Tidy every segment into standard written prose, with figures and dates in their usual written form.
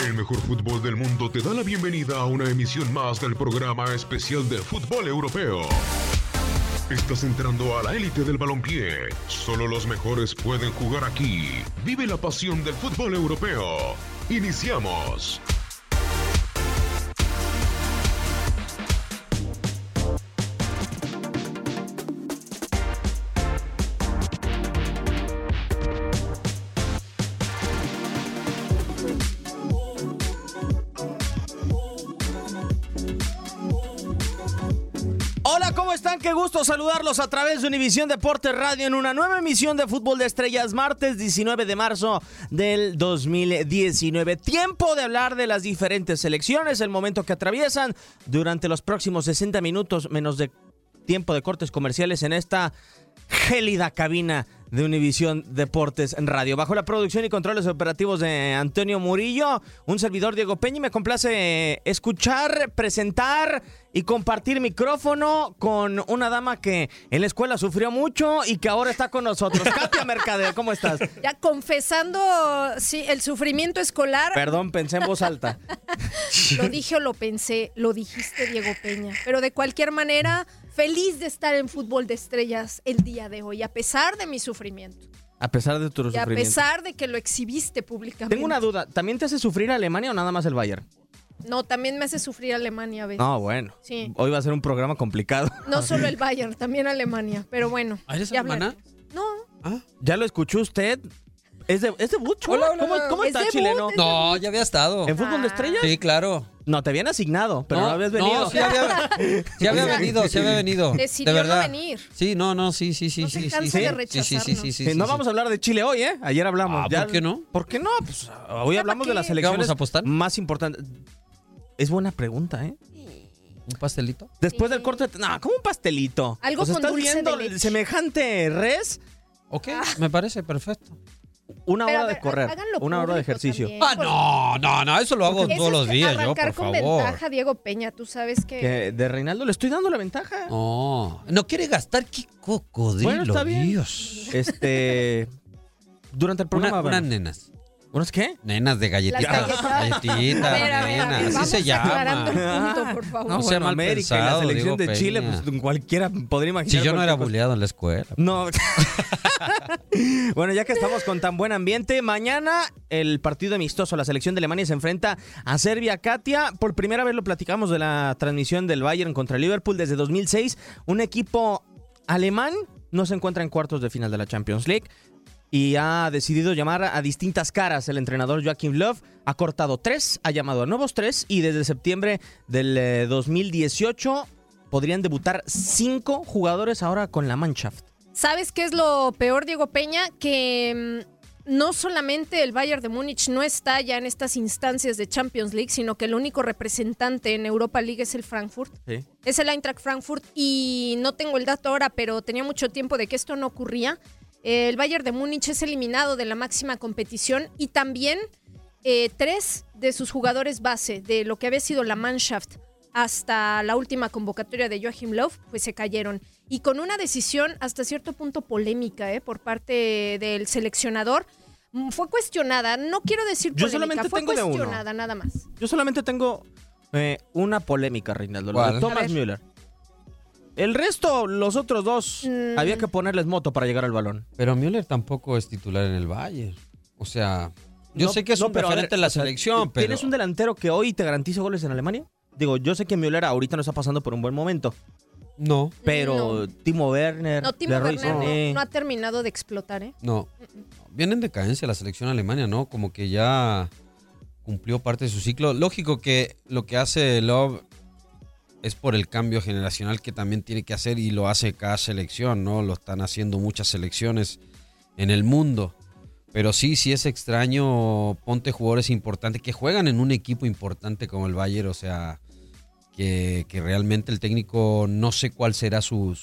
El mejor fútbol del mundo te da la bienvenida a una emisión más del programa especial de fútbol europeo. Estás entrando a la élite del balompié. Solo los mejores pueden jugar aquí. Vive la pasión del fútbol europeo. Iniciamos. Qué gusto saludarlos a través de Univisión Deportes Radio en una nueva emisión de Fútbol de Estrellas, martes 19 de marzo del 2019. Tiempo de hablar de las diferentes selecciones, el momento que atraviesan durante los próximos 60 minutos, menos de tiempo de cortes comerciales en esta gélida cabina de Univisión Deportes Radio. Bajo la producción y controles operativos de Antonio Murillo, un servidor Diego Peña, y me complace escuchar, presentar y compartir micrófono con una dama que en la escuela sufrió mucho y que ahora está con nosotros. Katia Mercader, ¿cómo estás? Ya confesando, sí, el sufrimiento escolar. Perdón, pensé en voz alta. Lo dije o lo pensé, lo dijiste, Diego Peña. Pero de cualquier manera, feliz de estar en Fútbol de Estrellas el día de hoy, a pesar de mi sufrimiento. A pesar de tu sufrimiento. Y a pesar de que lo exhibiste públicamente. Tengo una duda, ¿también te hace sufrir Alemania o nada más el Bayern? No, también me hace sufrir Alemania a veces. No, bueno. Sí. Hoy va a ser un programa complicado. No solo el Bayern, también Alemania. Pero bueno. ¿Eres alemana? No. ¿Ah? ¿Ya lo escuchó usted? ¿Es de Butch? Hola, hola. ¿Cómo está, ¿Es de chileno? Butch? No, ya había estado. ¿En Fútbol de Estrellas? Sí, claro. No, te habían asignado, pero no habías venido. No, sí había venido. Decidió de verdad. no venir. Sí, sí. No se cansa de rechazarnos. Sí, no vamos a hablar de Chile hoy, ¿eh? Ayer hablamos. ¿Por qué no? ¿Por qué no? Pues hoy hablamos de las selecciones ¿Vamos a apostar? más importantes. Es buena pregunta, ¿eh? ¿Un pastelito? Después del corte... No, ¿cómo un pastelito? Algo o sea, con ¿estás dulce viendo de leche. semejante res? Ok, me parece perfecto. Una Pero, hora a ver, de correr, háganlo una hora de público ejercicio. también. No, eso lo hago Eso todos los es días yo, arrancar por con favor. ventaja, Diego Peña, tú sabes que... Que de Reinaldo le estoy dando la ventaja. No quiere gastar, qué cocodrilo, Bueno, está bien. Dios. Durante el programa... Unas nenas. ¿Unas qué? Nenas de galletitas. Las Galletitas, A ver, nenas. Así vamos se aclarando llama. el punto, por favor. No, sea mal América y la pensado, selección Diego de Chile, Peña. pues cualquiera podría imaginar. Si yo no era cualquier cosa. buleado en la escuela. No. Bueno, ya que estamos con tan buen ambiente, mañana el partido amistoso, la selección de Alemania se enfrenta a Serbia. Katia, por primera vez lo platicamos de la transmisión del Bayern contra Liverpool desde 2006. Un equipo alemán no se encuentra en cuartos de final de la Champions League y ha decidido llamar a distintas caras. El entrenador Joachim Löw ha cortado 3, ha llamado a nuevos 3 y desde septiembre del 2018 podrían debutar 5 jugadores ahora con la Mannschaft. ¿Sabes qué es lo peor, Diego Peña? Que no solamente el Bayern de Múnich no está ya en estas instancias de Champions League, sino que el único representante en Europa League es el Frankfurt. Sí. Es el Eintracht Frankfurt y no tengo el dato ahora, pero tenía mucho tiempo de que esto no ocurría. El Bayern de Múnich es eliminado de la máxima competición y también 3 de sus jugadores base de lo que había sido la Mannschaft hasta la última convocatoria de Joachim Löw, pues se cayeron. Y con una decisión hasta cierto punto polémica por parte del seleccionador. Fue cuestionada, no quiero decir polémica, Yo solamente fue tengo de uno. cuestionada nada más. Yo solamente tengo una polémica, Reinaldo, la ¿Cuál? de Thomas A ver. Müller. El resto, los otros dos, había que ponerles moto para llegar al balón. Pero Müller tampoco es titular en el Bayern. O sea, yo No, sé que es no, un pero a ver, referente en la o sea, selección, pero... ¿Tienes un delantero que hoy te garantiza goles en Alemania? Digo, yo sé que Müller ahorita no está pasando por un buen momento, No, pero Timo Werner, No, Timo Leroy Werner Sané, no ha terminado de explotar, no. Viene en decadencia la selección alemana, ¿no? Como que ya cumplió parte de su ciclo. Lógico que lo que hace Löw es por el cambio generacional que también tiene que hacer y lo hace cada selección, ¿no? Lo están haciendo muchas selecciones en el mundo. Pero sí es extraño, ponte jugadores importantes que juegan en un equipo importante como el Bayern, o sea, que realmente el técnico no sé cuál será su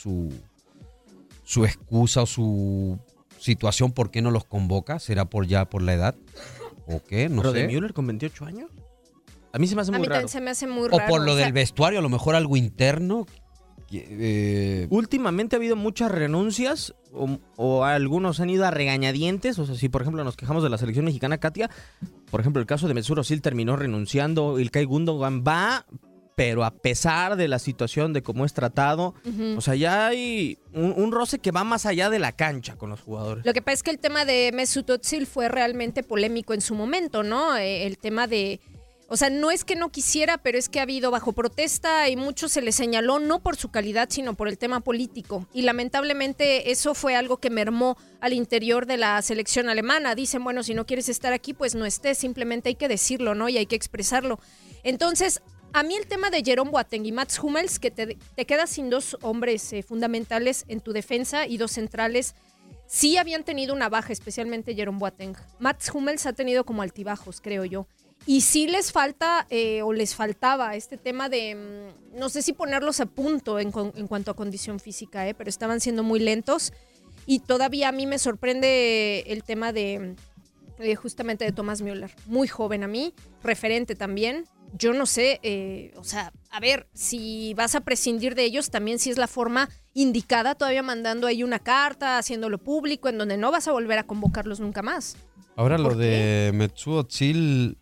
excusa o su situación, por qué no los convoca, será por la edad o qué, no ¿Pero sé. de Müller con 28 años? A mí se me hace A muy mí raro. también se me hace muy O raro. por lo o sea, del vestuario, a lo mejor algo interno. Últimamente ha habido muchas renuncias o algunos han ido a regañadientes. O sea, si por ejemplo nos quejamos de la selección mexicana, Katia, por ejemplo, el caso de Mesut Özil terminó renunciando, Ilkay Gundogan va, pero a pesar de la situación de cómo es tratado, o sea, ya hay un roce que va más allá de la cancha con los jugadores. Lo que pasa es que el tema de Mesut Özil fue realmente polémico en su momento, ¿no? El tema de... O sea, no es que no quisiera, pero es que ha habido bajo protesta y mucho se le señaló, no por su calidad, sino por el tema político. Y lamentablemente eso fue algo que mermó al interior de la selección alemana. Dicen, bueno, si no quieres estar aquí, pues no estés, simplemente hay que decirlo, ¿no? Y hay que expresarlo. Entonces, a mí el tema de Jerome Boateng y Mats Hummels, que te quedas sin dos hombres fundamentales en tu defensa y dos centrales, sí habían tenido una baja, especialmente Jerome Boateng. Mats Hummels ha tenido como altibajos, creo yo. Y sí les falta o les faltaba este tema de, no sé si ponerlos a punto en cuanto a condición física, pero estaban siendo muy lentos. Y todavía a mí me sorprende el tema de justamente de Thomas Müller. Muy joven a mí, referente también. Yo no sé, o sea, a ver, si vas a prescindir de ellos, también si es la forma indicada, todavía mandando ahí una carta, haciéndolo público, en donde no vas a volver a convocarlos nunca más. Ahora lo de Mesut Özil,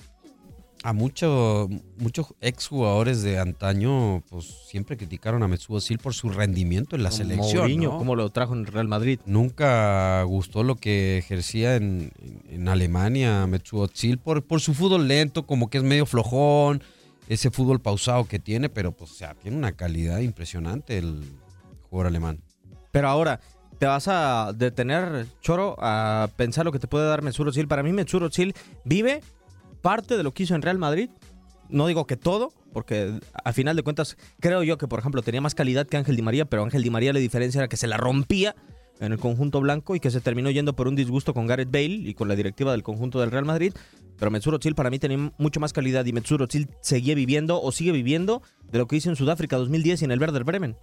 a muchos exjugadores de antaño, pues siempre criticaron a Mesut Özil por su rendimiento en la selección. Mourinho, ¿no? ¿Cómo lo trajo en Real Madrid? Nunca gustó lo que ejercía en Alemania Mesut Özil por su fútbol lento, como que es medio flojón, ese fútbol pausado que tiene, pero pues o sea, tiene una calidad impresionante el jugador alemán. Pero ahora, ¿te vas a detener, Choro, a pensar lo que te puede dar Mesut Özil? Para mí Mesut Özil vive parte de lo que hizo en Real Madrid. No digo que todo, porque al final de cuentas creo yo que, por ejemplo, tenía más calidad que Ángel Di María, pero Ángel Di María la diferencia era que se la rompía en el conjunto blanco y que se terminó yendo por un disgusto con Gareth Bale y con la directiva del conjunto del Real Madrid. Pero Mesut Özil para mí tenía mucho más calidad y Mesut Özil seguía viviendo o sigue viviendo de lo que hizo en Sudáfrica 2010 y en el Werder Bremen.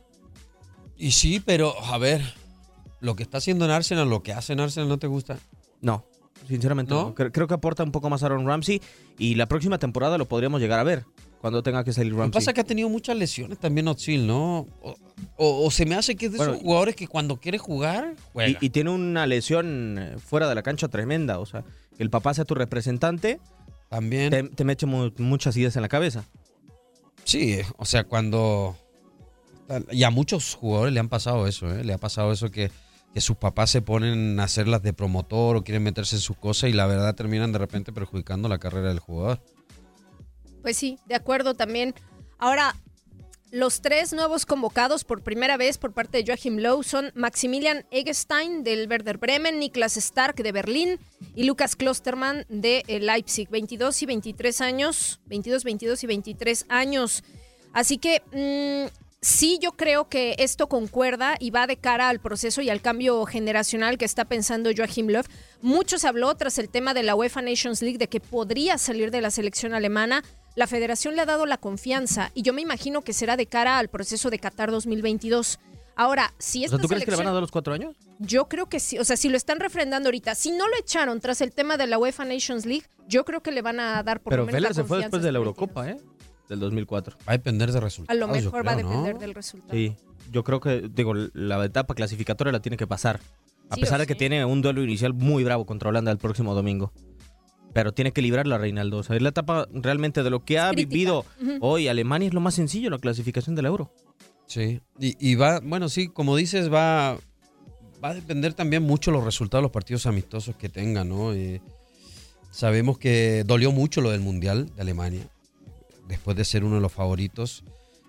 Y sí, pero a ver, lo que está haciendo en Arsenal, lo que hace en Arsenal, ¿no te gusta? No, sinceramente ¿No? no. Creo que aporta un poco más a Aaron Ramsey y la próxima temporada lo podríamos llegar a ver cuando tenga que salir Lo que Ramsey. pasa es que ha tenido muchas lesiones también Özil, ¿no? O se me hace que es de esos jugadores que cuando quiere jugar, juega. Y tiene una lesión fuera de la cancha tremenda. O sea, que el papá sea tu representante También. te mete muchas ideas en la cabeza. Sí, o sea, cuando... Y a muchos jugadores le han pasado eso, ¿eh? Le ha pasado eso que sus papás se ponen a hacerlas de promotor o quieren meterse en sus cosas y la verdad terminan de repente perjudicando la carrera del jugador. Pues sí, de acuerdo también. Ahora, los tres nuevos convocados por primera vez por parte de Joachim Löw son Maximilian Eggestein del Werder Bremen, Niklas Stark de Berlín y Lukas Klostermann de Leipzig, 22 y 23 años, 22 y 23 años. Así que sí, yo creo que esto concuerda y va de cara al proceso y al cambio generacional que está pensando Joachim Löw. Mucho se habló tras el tema de la UEFA Nations League de que podría salir de la selección alemana. La federación le ha dado la confianza y yo me imagino que será de cara al proceso de Qatar 2022. Ahora, si esta ¿tú crees que le van a selección... dar los 4 años? Yo creo que sí, o sea, si lo están refrendando ahorita, si no lo echaron tras el tema de la UEFA Nations League, yo creo que le van a dar por Pero lo menos Vélez la se fue confianza después de la hasta Eurocopa, 22. del 2004. Va a depender de A resultados. lo mejor yo creo, va a depender ¿no? del resultado. Sí, yo creo que, la etapa clasificatoria la tiene que pasar. A Sí pesar o de que sí. tiene un duelo inicial muy bravo contra Holanda el próximo domingo. Pero tiene que librarla, Reinaldo. O sea, la etapa realmente de lo que ha crítica. vivido Ujú. hoy Alemania es lo más sencillo, la clasificación del Euro. Sí, y va, bueno, sí, como dices, va a depender también mucho los resultados de los partidos amistosos que tengan, ¿no? Sabemos que dolió mucho lo del Mundial de Alemania, después de ser uno de los favoritos.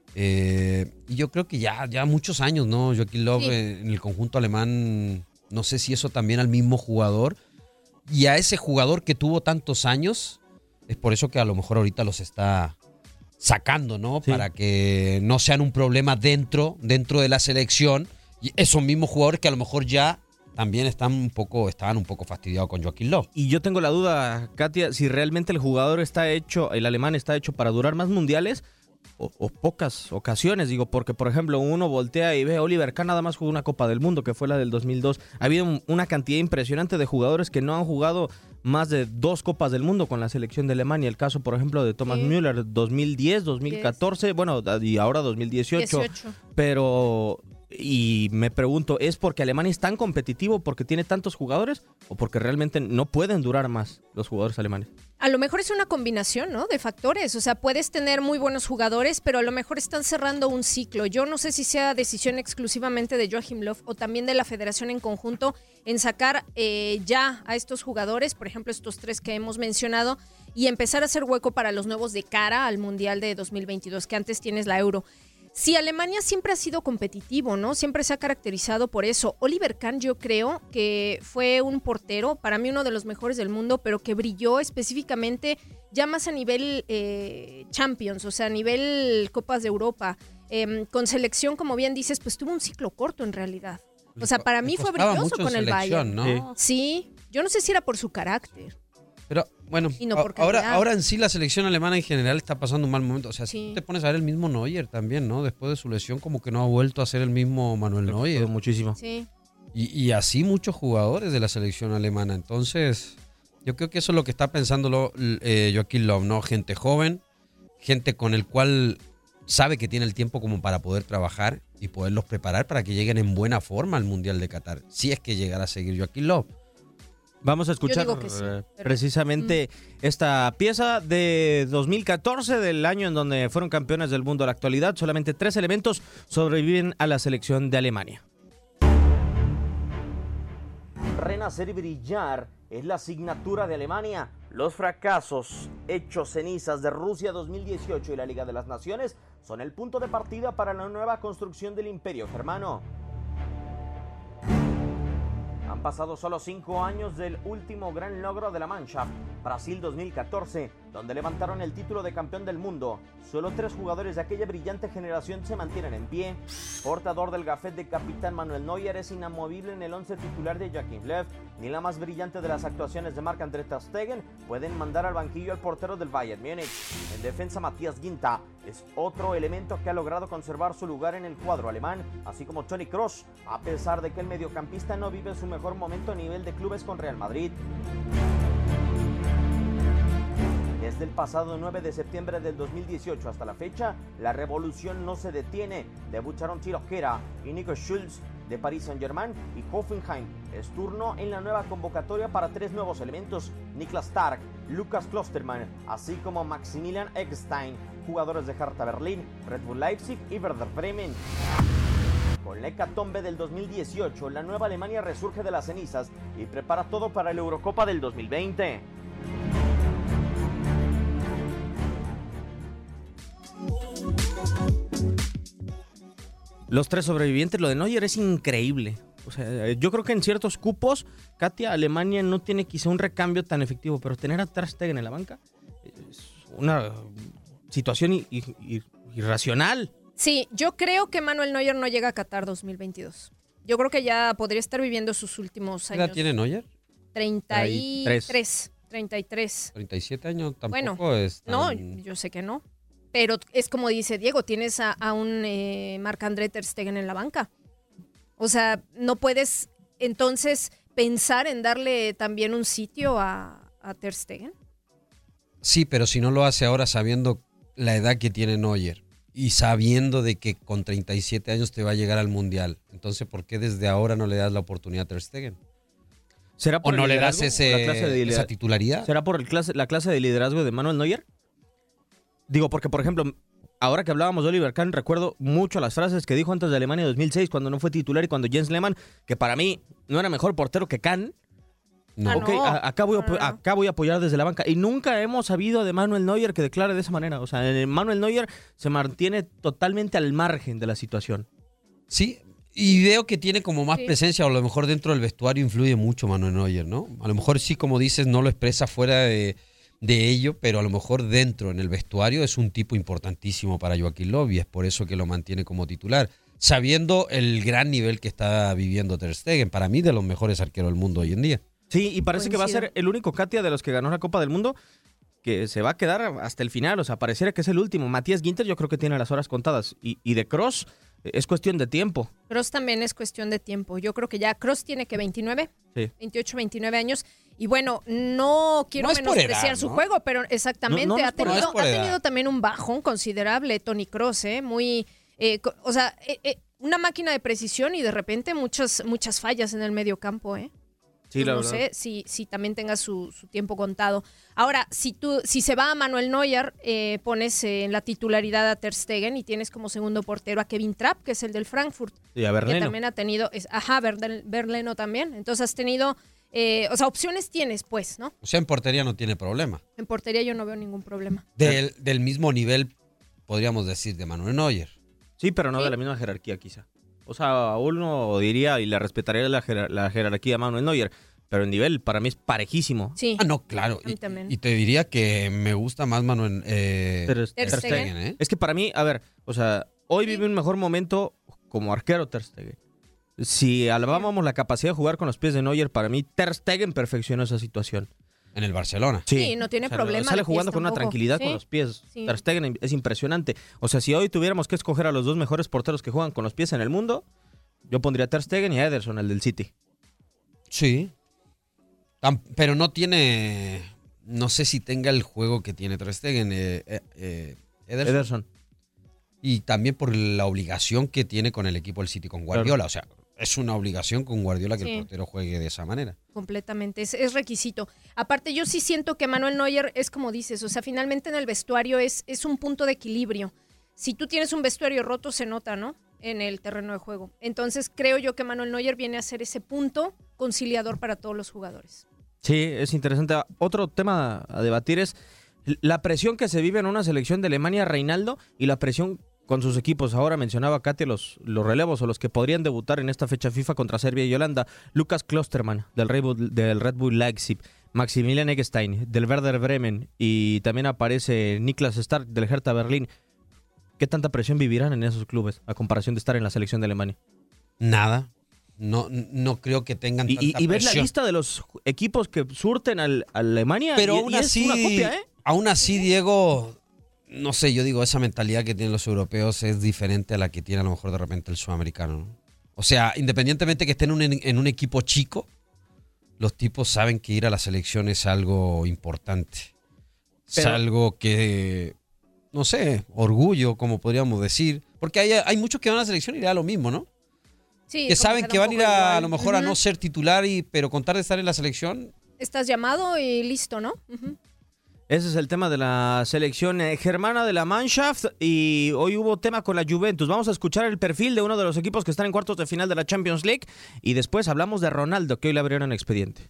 Y yo creo que ya muchos años, ¿no? Joachim Löw Sí. en el conjunto alemán, no sé si eso también al mismo jugador. Y a ese jugador que tuvo tantos años, es por eso que a lo mejor ahorita los está sacando, ¿no? Sí. Para que no sean un problema dentro de la selección. Y esos mismos jugadores que a lo mejor ya también estaban un poco fastidiados con Joachim Löw. Y yo tengo la duda, Katia, si realmente el alemán está hecho para durar más mundiales o pocas ocasiones, digo, porque por ejemplo uno voltea y ve a Oliver Kahn nada más jugó una Copa del Mundo, que fue la del 2002. Ha habido una cantidad impresionante de jugadores que no han jugado más de 2 Copas del Mundo con la selección de Alemania. El caso, por ejemplo, de Thomas Sí. Müller, 2010, 2014, bueno, y ahora 2018. 18. Pero, y me pregunto, ¿es porque Alemania es tan competitivo porque tiene tantos jugadores o porque realmente no pueden durar más los jugadores alemanes? A lo mejor es una combinación, ¿no? De factores. O sea, puedes tener muy buenos jugadores, pero a lo mejor están cerrando un ciclo. Yo no sé si sea decisión exclusivamente de Joachim Löw o también de la federación en conjunto en sacar ya a estos jugadores, por ejemplo, estos 3 que hemos mencionado, y empezar a hacer hueco para los nuevos de cara al Mundial de 2022, que antes tienes la Euro. Sí, Alemania siempre ha sido competitivo, ¿no? Siempre se ha caracterizado por eso. Oliver Kahn, yo creo que fue un portero, para mí uno de los mejores del mundo, pero que brilló específicamente ya más a nivel Champions, o sea, a nivel Copas de Europa. Con selección, como bien dices, pues tuvo un ciclo corto en realidad. O sea, para mí fue brilloso con el Bayern, ¿no? Sí, yo no sé si era por su carácter. Pero bueno, no ahora en sí la selección alemana en general está pasando un mal momento. O sea, si tú te pones a ver el mismo Neuer también, ¿no? Después de su lesión como que no ha vuelto a ser el mismo Manuel Neuer. Muchísimo. Sí. Y así muchos jugadores de la selección alemana. Entonces, yo creo que eso es lo que está pensando Joachim Löw, ¿no? Gente joven, gente con el cual sabe que tiene el tiempo como para poder trabajar y poderlos preparar para que lleguen en buena forma al Mundial de Qatar. Si es que llegara a seguir Joachim Löw. Vamos a escuchar precisamente esta pieza de 2014, del año en donde fueron campeones del mundo a la actualidad. Solamente 3 elementos sobreviven a la selección de Alemania. Renacer y brillar es la asignatura de Alemania. Los fracasos hechos cenizas de Rusia 2018 y la Liga de las Naciones son el punto de partida para la nueva construcción del Imperio Germano. Han pasado solo 5 años del último gran logro de la Mannschaft, Brasil 2014, donde levantaron el título de campeón del mundo. Solo 3 jugadores de aquella brillante generación se mantienen en pie. Portador del gafet de capitán Manuel Neuer, es inamovible en el 11 titular de Joachim Löw. Ni la más brillante de las actuaciones de Marc-André ter Stegen pueden mandar al banquillo al portero del Bayern Múnich. En defensa, Matthias Ginter es otro elemento que ha logrado conservar su lugar en el cuadro alemán, así como Toni Kroos, a pesar de que el mediocampista no vive su mejor momento a nivel de clubes con Real Madrid. Desde el pasado 9 de septiembre del 2018 hasta la fecha, la revolución no se detiene. Debutaron Thilo Kehrer y Nico Schulz de Paris Saint-Germain y Hoffenheim. Es turno en la nueva convocatoria para 3 nuevos elementos: Niklas Stark, Lukas Klostermann, así como Maximilian Eggestein, jugadores de Hertha Berlín, Red Bull Leipzig y Werder Bremen. Con la hecatombe del 2018, la nueva Alemania resurge de las cenizas y prepara todo para la Eurocopa del 2020. Los 3 sobrevivientes, lo de Neuer es increíble. O sea, yo creo que en ciertos cupos, Katia, Alemania no tiene quizá un recambio tan efectivo, pero tener a ter Stegen en la banca es una situación irracional. Sí, yo creo que Manuel Neuer no llega a Qatar 2022. Yo creo que ya podría estar viviendo sus últimos años. ¿Qué edad tiene Neuer? 33. 37 años tampoco bueno, es tan... No, yo sé que no. Pero es como dice Diego, tienes a un Marc-André ter Stegen en la banca. O sea, no puedes entonces pensar en darle también un sitio a ter Stegen. Sí, pero si no lo hace ahora sabiendo la edad que tiene Neuer y sabiendo de que con 37 años te va a llegar al Mundial, entonces ¿por qué desde ahora no le das la oportunidad a ter Stegen? ¿Será por ¿O no le das esa titularidad? ¿Será por la clase de liderazgo de Manuel Neuer? Digo, porque por ejemplo, ahora que hablábamos de Oliver Kahn, recuerdo mucho las frases que dijo antes de Alemania 2006, cuando no fue titular y cuando Jens Lehmann, que para mí no era mejor portero que Kahn. No. Okay, acá voy a apoyar desde la banca. Y nunca hemos sabido de Manuel Neuer que declare de esa manera. O sea, Manuel Neuer se mantiene totalmente al margen de la situación. Sí, y veo que tiene como más presencia, o a lo mejor dentro del vestuario influye mucho Manuel Neuer, ¿no? A lo mejor sí, como dices, no lo expresa fuera de ello, pero a lo mejor dentro, en el vestuario, es un tipo importantísimo para Joachim Löw y es por eso que lo mantiene como titular, sabiendo el gran nivel que está viviendo ter Stegen, para mí de los mejores arqueros del mundo hoy en día. Sí, y parece que va a ser el único, Katia, de los que ganó la Copa del Mundo, que se va a quedar hasta el final. O sea, pareciera que es el último. Matthias Ginter yo creo que tiene las horas contadas. Y de Kroos es cuestión de tiempo. Kroos también es cuestión de tiempo. Yo creo que ya Kroos tiene que 29, sí. 28, 29 años. Y bueno, no quiero menospreciar su juego, pero exactamente ha tenido también un bajón considerable Toni Kroos, muy... una máquina de precisión y de repente muchas fallas en el medio campo, Sí, la no verdad. sé si también tenga su tiempo contado. Ahora, si se va a Manuel Neuer, pones en la titularidad a Ter Stegen y tienes como segundo portero a Kevin Trapp, que es el del Frankfurt. Y a Que Berleno. también ha tenido, Berleno también. Entonces has tenido, opciones tienes, pues, ¿no? O sea, en portería no tiene problema. En portería yo no veo ningún problema. Del mismo nivel, podríamos decir, de Manuel Neuer. Sí, pero no Sí. de la misma jerarquía, quizá. O sea, uno diría y le respetaría la jerarquía a Manuel Neuer, pero el nivel para mí es parejísimo. Sí. Ah, no, claro. A mí también. Y te diría que me gusta más Manuel Ter Ter Stegen. ¿eh? Es que para mí, a ver, o sea, hoy vive un mejor momento como arquero Ter Stegen. Si alabábamos la capacidad de jugar con los pies de Neuer, para mí Ter Stegen perfeccionó esa situación. En el Barcelona. Sí, no tiene problema Sale de pies jugando con una tampoco. tranquilidad Sí. con los pies. Sí. Ter Stegen es impresionante. O sea, si hoy tuviéramos que escoger a los dos mejores porteros que juegan con los pies en el mundo, yo pondría a Ter Stegen y a Ederson, el del City. Sí. Pero no tiene... No sé si tenga el juego que tiene Ter Stegen, Ederson. Ederson. Y también por la obligación que tiene con el equipo del City, con Guardiola. O sea, es una obligación con Guardiola que Sí. el portero juegue de esa manera. Completamente, es requisito. Aparte, yo sí siento que Manuel Neuer es como dices, o sea, finalmente en el vestuario es un punto de equilibrio. Si tú tienes un vestuario roto, se nota, ¿no? En el terreno de juego. Entonces, creo yo que Manuel Neuer viene a ser ese punto conciliador para todos los jugadores. Sí, es interesante. Otro tema a debatir es la presión que se vive en una selección de Alemania, Reinaldo, y la presión con sus equipos. Ahora mencionaba Katy los relevos o los que podrían debutar en esta fecha FIFA contra Serbia y Holanda. Lucas Klostermann del Red Bull Leipzig, Maximilian Eggestein del Werder Bremen y también aparece Niklas Stark del Hertha Berlín. ¿Qué tanta presión vivirán en esos clubes a comparación de estar en la selección de Alemania? Nada. No creo que tengan tanta Y ves la presión. lista de los equipos que surten a Alemania Pero y aún es así, una copia, ¿eh? aún así, Diego, no sé, yo digo, esa mentalidad que tienen los europeos es diferente a la que tiene a lo mejor de repente el sudamericano, ¿no? O sea, independientemente que estén en un equipo chico, los tipos saben que ir a la selección es algo importante. Es Pero- algo que, no sé, orgullo, como podríamos decir. Porque hay muchos que van a la selección y le da lo mismo, ¿no? Sí, Que como saben da que un van a ir poco a igual. lo mejor a Ujú. no ser titular, pero con tal de estar en la selección. Estás llamado y listo, ¿no? Ujú. Ese es el tema de la selección germana de la Mannschaft y hoy hubo tema con la Juventus. Vamos a escuchar el perfil de uno de los equipos que están en cuartos de final de la Champions League y después hablamos de Ronaldo, que hoy le abrieron expediente.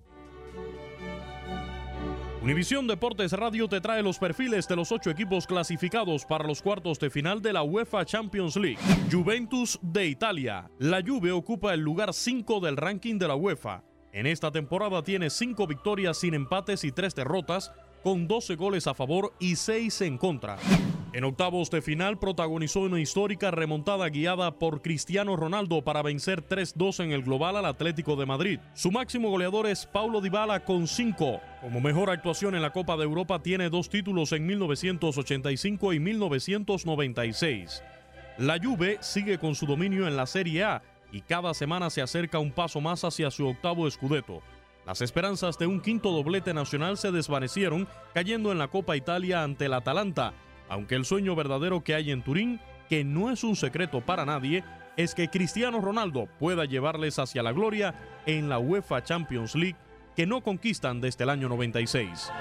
Univisión Deportes Radio te trae los perfiles de los 8 equipos clasificados para los cuartos de final de la UEFA Champions League. Juventus de Italia. La Juve ocupa el lugar 5 del ranking de la UEFA. En esta temporada tiene 5 victorias sin empates y 3 derrotas, con 12 goles a favor y 6 en contra. En octavos de final protagonizó una histórica remontada guiada por Cristiano Ronaldo para vencer 3-2 en el global al Atlético de Madrid. Su máximo goleador es Paulo Dybala con 5. Como mejor actuación en la Copa de Europa tiene 2 títulos en 1985 y 1996. La Juve sigue con su dominio en la Serie A y cada semana se acerca un paso más hacia su octavo scudetto. Las esperanzas de un quinto doblete nacional se desvanecieron cayendo en la Copa Italia ante el Atalanta, aunque el sueño verdadero que hay en Turín, que no es un secreto para nadie, es que Cristiano Ronaldo pueda llevarles hacia la gloria en la UEFA Champions League, que no conquistan desde el año 96.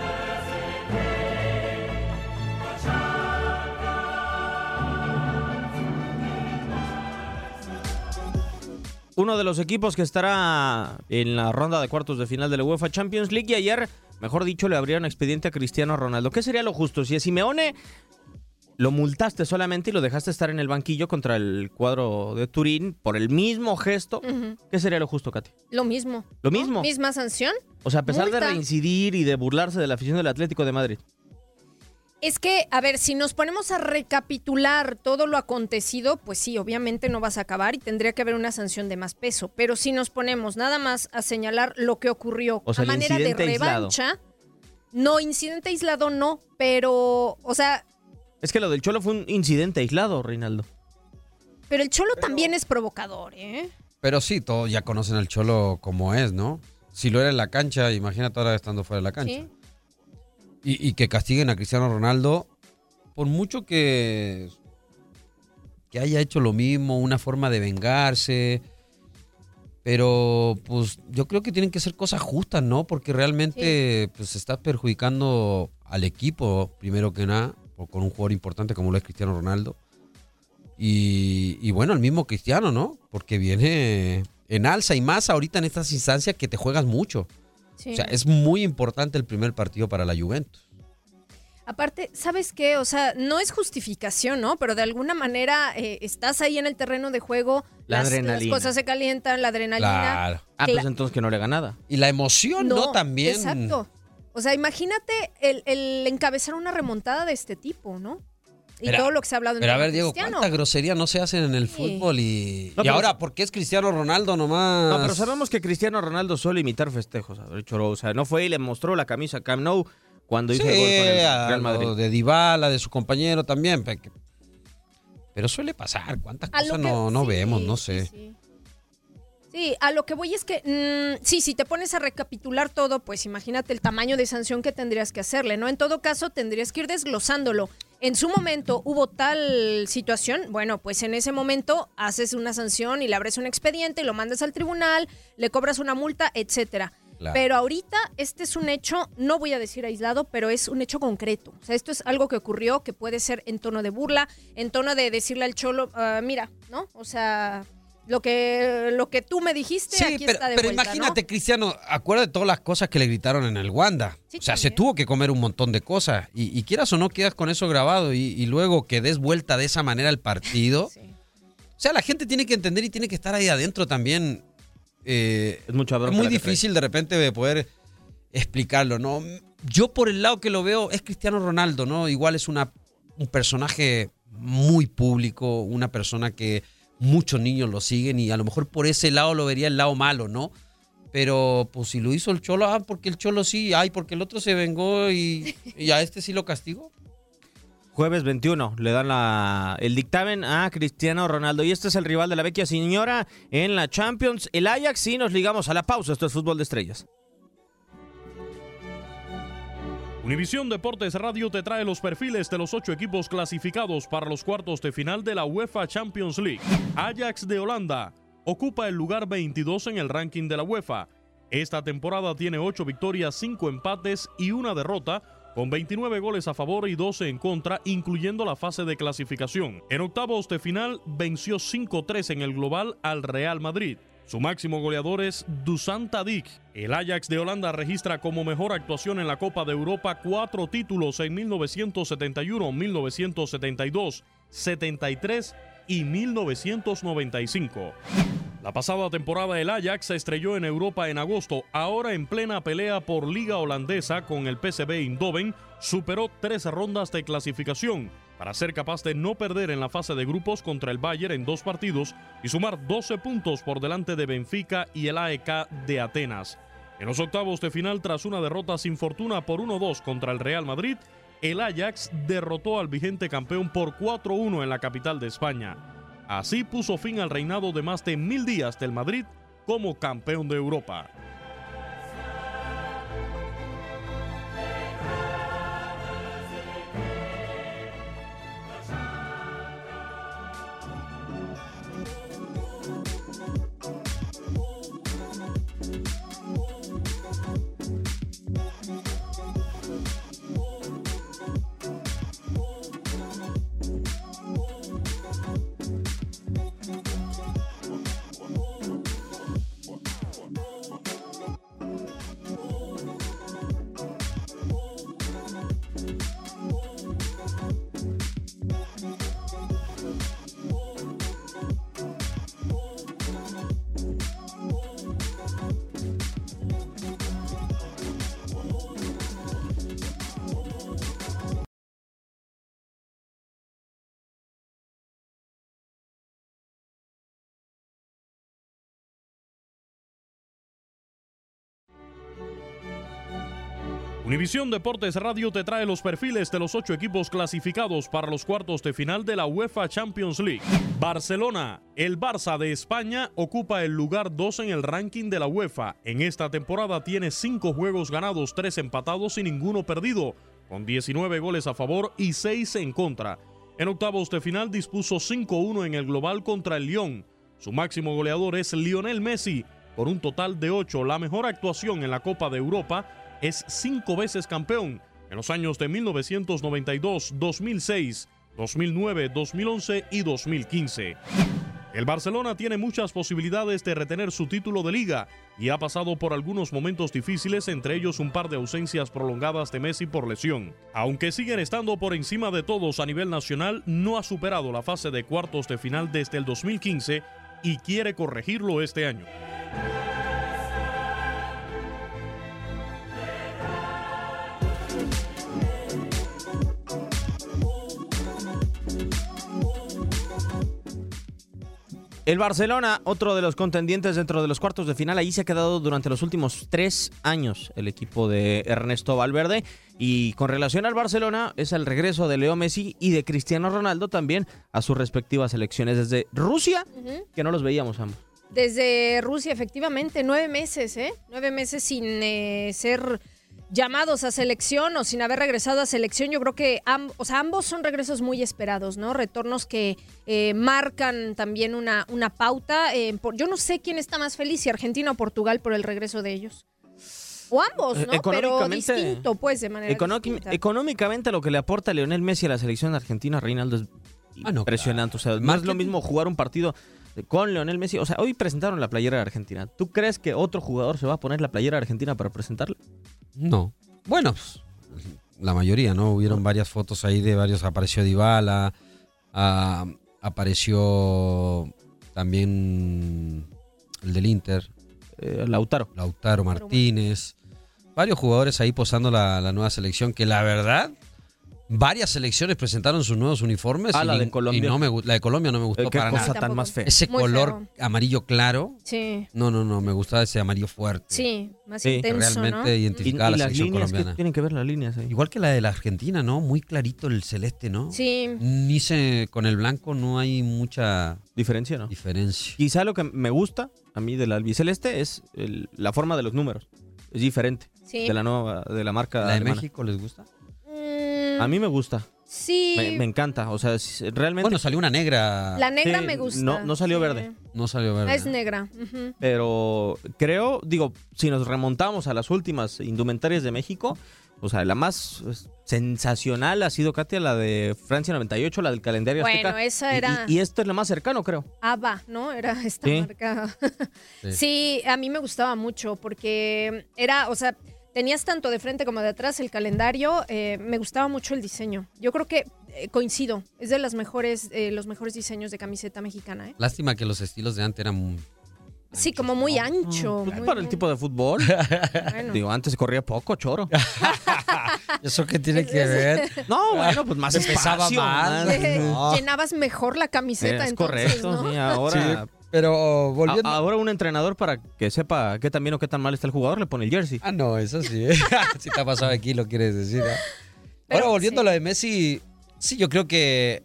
Uno de los equipos que estará en la ronda de cuartos de final de la UEFA Champions League y ayer, mejor dicho, le abrieron expediente a Cristiano Ronaldo. ¿Qué sería lo justo? Si a Simeone lo multaste solamente y lo dejaste estar en el banquillo contra el cuadro de Turín por el mismo gesto, Ujú. ¿qué sería lo justo, Katy? Lo mismo. Lo ¿no? mismo. Misma sanción. O sea, a pesar de Multa. reincidir y de burlarse de la afición del Atlético de Madrid. Es que, a ver, si nos ponemos a recapitular todo lo acontecido, pues sí, obviamente no vas a acabar y tendría que haber una sanción de más peso. Pero si nos ponemos nada más a señalar lo que ocurrió O sea, a el manera de incidente aislado. revancha, no, incidente aislado no, pero, o sea, Es que lo del Cholo fue un incidente aislado, Reinaldo. pero el Cholo también es provocador, ¿eh? Pero sí, todos ya conocen al Cholo como es, ¿no? Si lo era en la cancha, imagínate ahora estando fuera de la cancha. Sí. Y que castiguen a Cristiano Ronaldo, por mucho que haya hecho lo mismo, una forma de vengarse, Pero pues yo creo que tienen que ser cosas justas, ¿no? Porque realmente pues estás perjudicando al equipo, primero que nada, con un jugador importante como lo es Cristiano Ronaldo. Y bueno, el mismo Cristiano, ¿no? Porque viene en alza y más ahorita en estas instancias que te juegas mucho. Sí. O sea, es muy importante el primer partido para la Juventus. Aparte, ¿sabes qué? O sea, no es justificación, ¿no? Pero de alguna manera estás ahí en el terreno de juego, las cosas se calientan, la adrenalina. Claro. Pues entonces que no le haga nada. Y la emoción, ¿no? También. Exacto. O sea, imagínate el encabezar una remontada de este tipo, ¿no? Y todo lo que se ha hablado en el Pero a ver, Diego, Cristiano. ¿cuánta grosería no se hacen en el fútbol? Y ahora, ¿por qué es Cristiano Ronaldo nomás? No, pero sabemos que Cristiano Ronaldo suele imitar festejos. O sea, no fue y le mostró la camisa a Camp Nou cuando hizo el gol con el Real Madrid. De Dybala, de su compañero también. Pero suele pasar. ¿Cuántas cosas no vemos? No sé. Sí, a lo que voy es que, si te pones a recapitular todo, pues imagínate el tamaño de sanción que tendrías que hacerle, ¿no? En todo caso, tendrías que ir desglosándolo. En su momento hubo tal situación, bueno, pues en ese momento haces una sanción y le abres un expediente y lo mandas al tribunal, le cobras una multa, etcétera. Claro. Pero ahorita este es un hecho, no voy a decir aislado, pero es un hecho concreto. O sea, esto es algo que ocurrió, que puede ser en tono de burla, en tono de decirle al cholo, mira, ¿no? O sea, lo que tú me dijiste, sí, aquí está de pero vuelta, imagínate, ¿no? Cristiano, acuérdate de todas las cosas que le gritaron en el Wanda. Sí, o sea, también. se tuvo que comer un montón de cosas. Y quieras o no, quedas con eso grabado y luego que des vuelta de esa manera al partido. Sí. O sea, la gente tiene que entender y tiene que estar ahí adentro también. Es muy difícil de repente de poder explicarlo, ¿no? Yo por el lado que lo veo es Cristiano Ronaldo, ¿no? Igual es un personaje muy público, una persona que muchos niños lo siguen y a lo mejor por ese lado lo vería el lado malo, ¿no? Pero pues si lo hizo el Cholo, porque el Cholo sí, porque el otro se vengó y a este sí lo castigó. Jueves 21 le dan el dictamen a Cristiano Ronaldo y este es el rival de la vecchia señora en la Champions, el Ajax, y nos ligamos a la pausa. Esto es Fútbol de Estrellas. Univisión Deportes Radio te trae los perfiles de los 8 equipos clasificados para los cuartos de final de la UEFA Champions League. Ajax de Holanda ocupa el lugar 22 en el ranking de la UEFA. Esta temporada tiene 8 victorias, 5 empates y 1 derrota, con 29 goles a favor y 12 en contra, incluyendo la fase de clasificación. En octavos de final venció 5-3 en el global al Real Madrid. Su máximo goleador es Dusan Tadic. El Ajax de Holanda registra como mejor actuación en la Copa de Europa 4 títulos en 1971, 1972, 73 y 1995. La pasada temporada el Ajax se estrelló en Europa en agosto. Ahora en plena pelea por Liga Holandesa con el PSV Eindhoven, superó 3 rondas de clasificación para ser capaz de no perder en la fase de grupos contra el Bayern en 2 partidos y sumar 12 puntos por delante de Benfica y el AEK de Atenas. En los octavos de final, tras una derrota sin fortuna por 1-2 contra el Real Madrid, el Ajax derrotó al vigente campeón por 4-1 en la capital de España. Así puso fin al reinado de más de 1000 días del Madrid como campeón de Europa. Univisión Deportes Radio te trae los perfiles de los 8 equipos clasificados para los cuartos de final de la UEFA Champions League. Barcelona, el Barça de España, ocupa el lugar 2 en el ranking de la UEFA. En esta temporada tiene 5 juegos ganados, 3 empatados y ninguno perdido, con 19 goles a favor y 6 en contra. En octavos de final dispuso 5-1 en el global contra el Lyon. Su máximo goleador es Lionel Messi, con un total de 8. La mejor actuación en la Copa de Europa, es 5 veces campeón en los años de 1992, 2006, 2009, 2011 y 2015. El Barcelona tiene muchas posibilidades de retener su título de liga y ha pasado por algunos momentos difíciles, entre ellos un par de ausencias prolongadas de Messi por lesión. Aunque siguen estando por encima de todos a nivel nacional, no ha superado la fase de cuartos de final desde el 2015 y quiere corregirlo este año. El Barcelona, otro de los contendientes dentro de los cuartos de final, ahí se ha quedado durante los últimos 3 años el equipo de Ernesto Valverde. Y con relación al Barcelona, es el regreso de Leo Messi y de Cristiano Ronaldo también a sus respectivas selecciones. Desde Rusia, que no los veíamos ambos. Desde Rusia, efectivamente, 9 meses, 9 meses sin ser llamados a selección o sin haber regresado a selección. Yo creo que ambos son regresos muy esperados, ¿no? Retornos que marcan también una pauta. Yo no sé quién está más feliz, si Argentina o Portugal, por el regreso de ellos. O ambos, ¿no? Pero distinto, pues, de manera distinta. Económicamente, lo que le aporta Lionel Messi a la selección argentina, Reinaldo, es impresionante. Claro. O sea, no es lo mismo jugar un partido con Lionel Messi. O sea, hoy presentaron la playera de Argentina. ¿Tú crees que otro jugador se va a poner la playera de Argentina para presentarla? No. Bueno, la mayoría, ¿no? Hubieron varias fotos ahí de varios. Apareció Dybala, apareció también el del Inter. Lautaro Martínez. Varios jugadores ahí posando la nueva selección, que la verdad, varias selecciones presentaron sus nuevos uniformes. La de Colombia. Y la de Colombia no me gustó para nada. Qué cosa tan más fea. Ese Muy color feo. amarillo claro. Sí. No, me gustaba ese amarillo fuerte. Sí, más Sí, intenso, realmente ¿no? identificaba Y la las selección líneas, colombiana. ¿qué tienen que ver las líneas ahí? Igual que la de la Argentina, ¿no? Muy clarito el celeste, ¿no? Sí. Con el blanco no hay mucha ¿Diferencia, no? diferencia. Quizá lo que me gusta a mí del albiceleste es la forma de los números. Es diferente Sí. de la marca ¿La de alemana. México les gusta? A mí me gusta. Sí. Me encanta. O sea, realmente. Bueno, salió una negra. La negra Sí, me gusta. no salió Sí. verde. No salió verde. Es negra. Ujú. Pero creo, si nos remontamos a las últimas indumentarias de México, o sea, la más sensacional ha sido, Katia, la de Francia 98, la del calendario azteca. Bueno, esa era Y esto es la más cercano, creo. ABBA, ¿no? Era esta Sí. marca. Sí. Sí, a mí me gustaba mucho porque era, o sea, tenías tanto de frente como de atrás el calendario. Me gustaba mucho el diseño. Yo creo que coincido. Es de los mejores diseños de camiseta mexicana, ¿eh? Lástima que los estilos de antes eran Sí, como muy ancho. Pues muy- para el tipo de fútbol. Bueno. Antes se corría poco, choro. ¿Eso qué tiene que ver? No, bueno, pues más Pesaba espacio. más. No. Llenabas mejor la camiseta, Es entonces, correcto, ¿no? sí, ahora... Pero volviendo. Ahora un entrenador, para que sepa qué tan bien o qué tan mal está el jugador, le pone el jersey. Ah, no, eso sí. Si te ha pasado aquí, lo quieres decir. Pero Ahora, volviendo sí. a lo de Messi, sí, yo creo que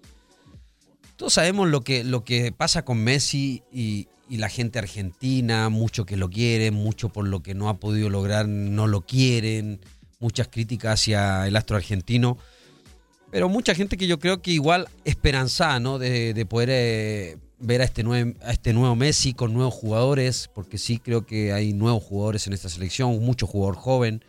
todos sabemos lo que pasa con Messi y la gente argentina, mucho que lo quieren, mucho por lo que no ha podido lograr, no lo quieren, muchas críticas hacia el astro argentino, pero mucha gente que yo creo que igual esperanzada, ¿no? De poder ver a este nuevo Messi con nuevos jugadores, porque sí creo que hay nuevos jugadores en esta selección, mucho jugador joven.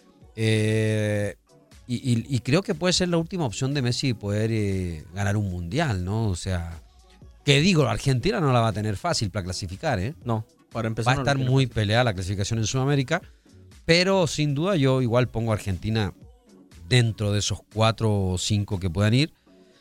Y creo que puede ser la última opción de Messi poder ganar un mundial, ¿no? O sea, que digo, Argentina no la va a tener fácil para clasificar, ¿eh? No, para Va empezar. a estar muy peleada la clasificación en Sudamérica, pero sin duda yo igual pongo a Argentina dentro de esos 4 o 5 que puedan ir.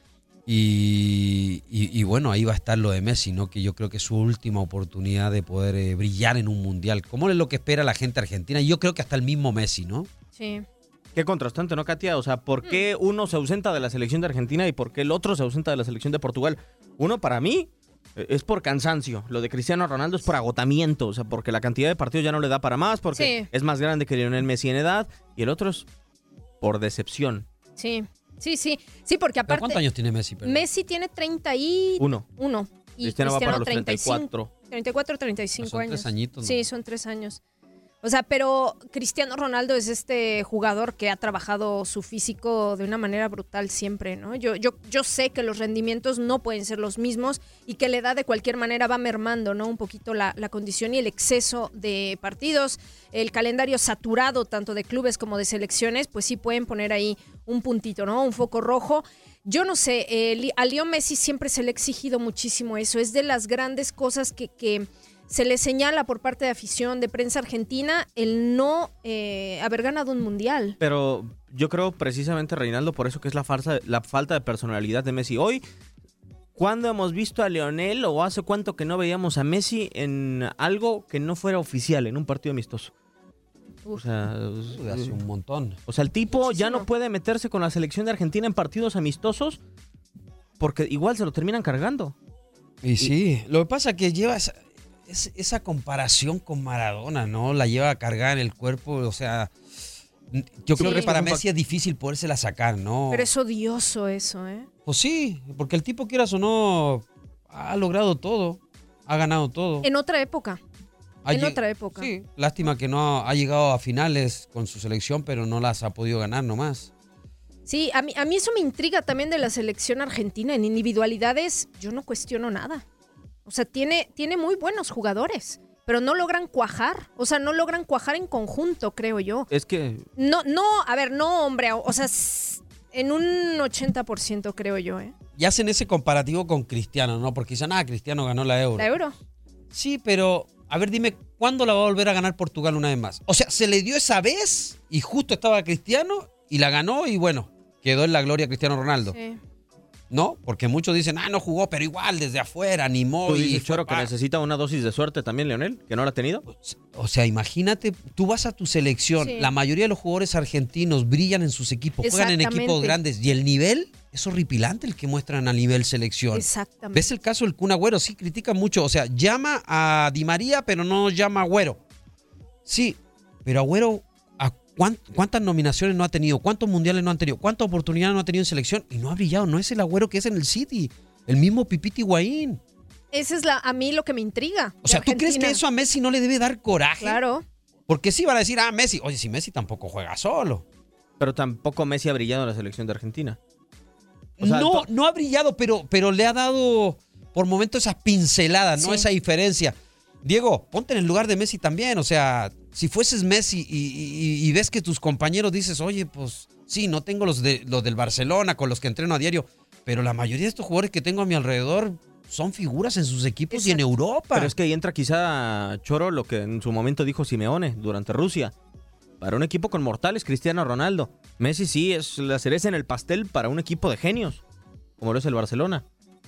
Y bueno, ahí va a estar lo de Messi, ¿no? Que yo creo que es su última oportunidad de poder brillar en un mundial. ¿Cómo es lo que espera la gente argentina? Yo creo que hasta el mismo Messi, ¿no? Sí. Qué contrastante, ¿no, Katia? O sea, ¿por qué uno se ausenta de la selección de Argentina y por qué el otro se ausenta de la selección de Portugal? Uno, para mí, es por cansancio. Lo de Cristiano Ronaldo es por agotamiento. O sea, porque la cantidad de partidos ya no le da para más, porque Sí. es más grande que Lionel Messi en edad. Y el otro es por decepción. Sí, porque ¿Pero aparte cuántos años tiene Messi? Perdón? Messi tiene 31 Uno. y Cristiano va para los 35. 34. 34, 35 Son años. 3 añitos, ¿no? Sí, son 3 años. O sea, pero Cristiano Ronaldo es este jugador que ha trabajado su físico de una manera brutal siempre, ¿no? Yo sé que los rendimientos no pueden ser los mismos y que la edad de cualquier manera va mermando, ¿no? Un poquito la condición y el exceso de partidos, el calendario saturado tanto de clubes como de selecciones, pues sí pueden poner ahí un puntito, ¿no? Un foco rojo. Yo no sé, a Leo Messi siempre se le ha exigido muchísimo eso. Es de las grandes cosas que se le señala por parte de afición, de prensa argentina, el no haber ganado un mundial. Pero yo creo precisamente, Reinaldo, por eso que es la falta de personalidad de Messi. Hoy, ¿cuándo hemos visto a Lionel o hace cuánto que no veíamos a Messi en algo que no fuera oficial, en un partido amistoso? O sea, hace un montón. O sea, el tipo Muchísimo. ya no puede meterse con la selección de Argentina en partidos amistosos porque igual se lo terminan cargando. Y sí, lo que pasa es que lleva esa comparación con Maradona, ¿no? La lleva a cargar en el cuerpo, o sea, yo creo que para Messi es difícil podérsela sacar, ¿no? Pero es odioso eso, ¿eh? Pues sí, porque el tipo, quieras o no, ha logrado todo, ha ganado todo. En otra época. Otra época. Sí, lástima que no ha llegado a finales con su selección, pero no las ha podido ganar nomás. Sí, a mí eso me intriga también de la selección argentina. En individualidades yo no cuestiono nada. O sea, tiene muy buenos jugadores, pero no logran cuajar. O sea, no logran cuajar en conjunto, creo yo. Es que... No, hombre. O sea, en un 80% creo yo, ¿eh? Y hacen ese comparativo con Cristiano, ¿no? Porque dicen, Cristiano ganó la Euro. ¿La Euro? Sí, pero, a ver, dime, ¿cuándo la va a volver a ganar Portugal una vez más? O sea, se le dio esa vez y justo estaba Cristiano y la ganó y bueno, quedó en la gloria Cristiano Ronaldo. Sí. ¿No? Porque muchos dicen, no jugó, pero igual desde afuera, animó. ¿Tú dices, Choro, que necesita una dosis de suerte también, Lionel? ¿Que no la ha tenido? O sea, imagínate, tú vas a tu selección, Sí. la mayoría de los jugadores argentinos brillan en sus equipos, juegan en Exactamente. equipos grandes y el nivel es horripilante el que muestran a nivel selección. Exactamente. ¿Ves el caso del Kun Agüero? Sí, critica mucho, o sea, llama a Di María, pero no llama a Agüero. Sí, pero Agüero, ¿cuántas nominaciones no ha tenido? ¿Cuántos mundiales no han tenido? ¿Cuántas oportunidades no ha tenido en selección? Y no ha brillado, no es el Agüero que es en el City, el mismo Pipita Higuaín. Esa es a mí lo que me intriga. O sea, ¿tú crees que eso a Messi no le debe dar coraje? Claro. Porque sí van a decir, Messi. Oye, si Messi tampoco juega solo. Pero tampoco Messi ha brillado en la selección de Argentina. O sea, No ha brillado, pero le ha dado por momentos esas pinceladas, ¿no? Sí. Esa diferencia. Diego, ponte en el lugar de Messi también. O sea, si fueses Messi y ves que tus compañeros dices, oye, pues sí, no tengo los del Barcelona con los que entreno a diario, pero la mayoría de estos jugadores que tengo a mi alrededor son figuras en sus equipos. Exacto. Y en Europa. Pero es que ahí entra quizá, Choro, lo que en su momento dijo Simeone durante Rusia. Para un equipo con mortales, Cristiano Ronaldo. Messi sí es la cereza en el pastel para un equipo de genios, como lo es el Barcelona.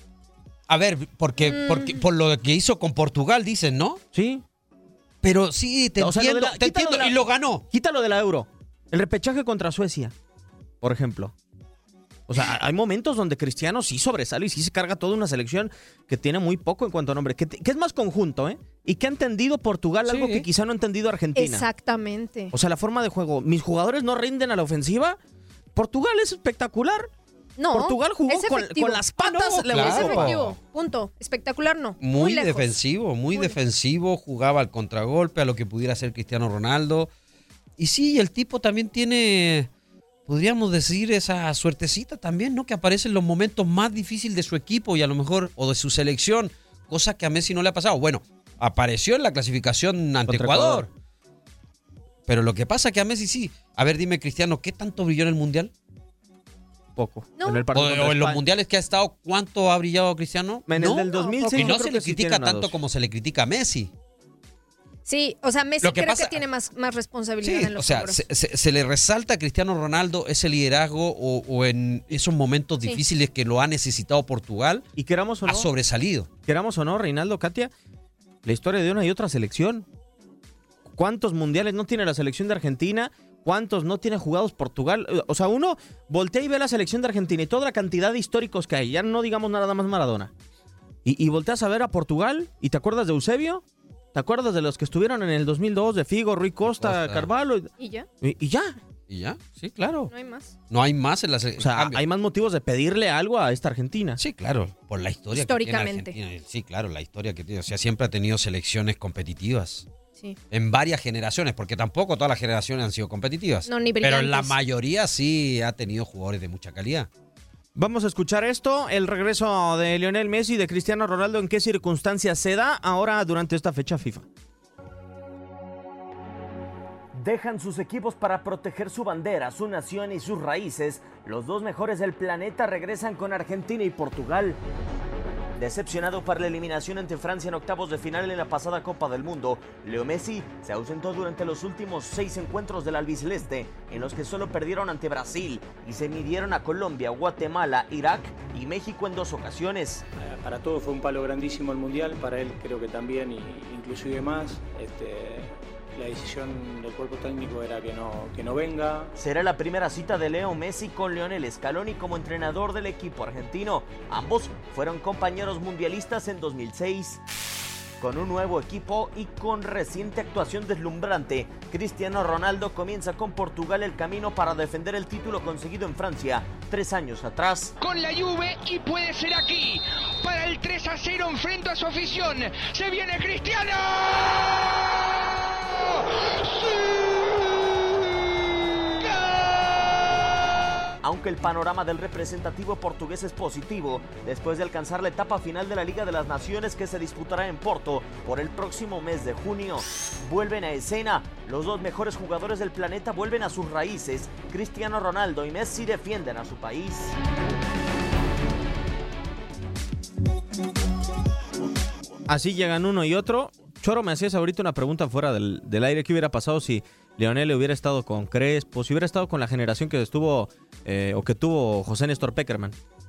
A ver, porque por lo que hizo con Portugal, dicen, ¿no? Sí. Pero sí, te entiendo, y lo ganó. Quítalo de la Euro. El repechaje contra Suecia, por ejemplo. O sea, hay momentos donde Cristiano sí sobresale y sí se carga toda una selección que tiene muy poco en cuanto a nombre. Que es más conjunto, ¿eh? Y que ha entendido Portugal algo que quizá no ha entendido Argentina. Exactamente. O sea, la forma de juego. Mis jugadores no rinden a la ofensiva. Portugal es espectacular. No, Portugal jugó con las patas. Es efectivo, punto. Espectacular no. Muy defensivo, jugaba al contragolpe, a lo que pudiera hacer Cristiano Ronaldo. Y sí, el tipo también tiene, podríamos decir, esa suertecita también, ¿no? Que aparece en los momentos más difíciles de su equipo y a lo mejor, o de su selección, cosa que a Messi no le ha pasado. Bueno, apareció en la clasificación ante Ecuador. Pero lo que pasa que a Messi sí. A ver, dime, Cristiano, ¿qué tanto brilló en el Mundial? Poco. No. En el o en los mundiales que ha estado, ¿cuánto ha brillado Cristiano? En el del 2006. Y no se le critica tanto como se le critica a Messi. Sí, o sea, Messi creo que tiene más responsabilidad en los logros. Se le resalta a Cristiano Ronaldo ese liderazgo o en esos momentos difíciles que lo ha necesitado Portugal. Y queramos o no, ha sobresalido. Queramos o no, Reinaldo, Katia, la historia de una y otra selección. ¿Cuántos mundiales no tiene la selección de Argentina? ¿Cuántos no tiene jugados Portugal? O sea, uno voltea y ve la selección de Argentina y toda la cantidad de históricos que hay. Ya no digamos nada más Maradona. Y volteas a ver a Portugal y te acuerdas de Eusebio. ¿Te acuerdas de los que estuvieron en el 2002? De Figo, Rui Costa, Carvalho. ¿Y ya? Y ya. ¿Y ya? Sí, claro. No hay más. No hay más en la O sea, cambio. hay más motivos de pedirle algo a esta Argentina. Sí, claro, por la historia Históricamente. que tiene Argentina. Sí, claro, la historia que tiene. O sea, siempre ha tenido selecciones competitivas. Sí. En varias generaciones, porque tampoco todas las generaciones han sido competitivas. No, ni pero brillantes. la mayoría sí ha tenido jugadores de mucha calidad. Vamos a escuchar esto, el regreso de Lionel Messi y de Cristiano Ronaldo, en qué circunstancias se da ahora durante esta fecha FIFA. Dejan sus equipos para proteger su bandera, su nación y sus raíces. Los dos mejores del planeta regresan con Argentina y Portugal. Decepcionado por la eliminación ante Francia en octavos de final en la pasada Copa del Mundo, Leo Messi se ausentó durante los últimos 6 encuentros del albiceleste, en los que solo perdieron ante Brasil y se midieron a Colombia, Guatemala, Irak y México en 2 ocasiones. Para todos fue un palo grandísimo el Mundial, para él creo que también, y inclusive más. La decisión del cuerpo técnico era que no venga. Será la primera cita de Leo Messi con Lionel Scaloni como entrenador del equipo argentino. Ambos fueron compañeros mundialistas en 2006. Con un nuevo equipo y con reciente actuación deslumbrante, Cristiano Ronaldo comienza con Portugal el camino para defender el título conseguido en Francia 3 años atrás. Con la Juve y puede ser aquí para el 3-0 enfrente a su afición. Se viene Cristiano. Aunque el panorama del representativo portugués es positivo, después de alcanzar la etapa final de la Liga de las Naciones que se disputará en Porto por el próximo mes de junio. Vuelven a escena, los dos mejores jugadores del planeta vuelven a sus raíces. Cristiano Ronaldo y Messi defienden a su país. Así llegan uno y otro. Choro, me hacías ahorita una pregunta fuera del aire. ¿Qué hubiera pasado si Lionel hubiera estado con Crespo, si hubiera estado con la generación que estuvo o que tuvo José Néstor Pekerman?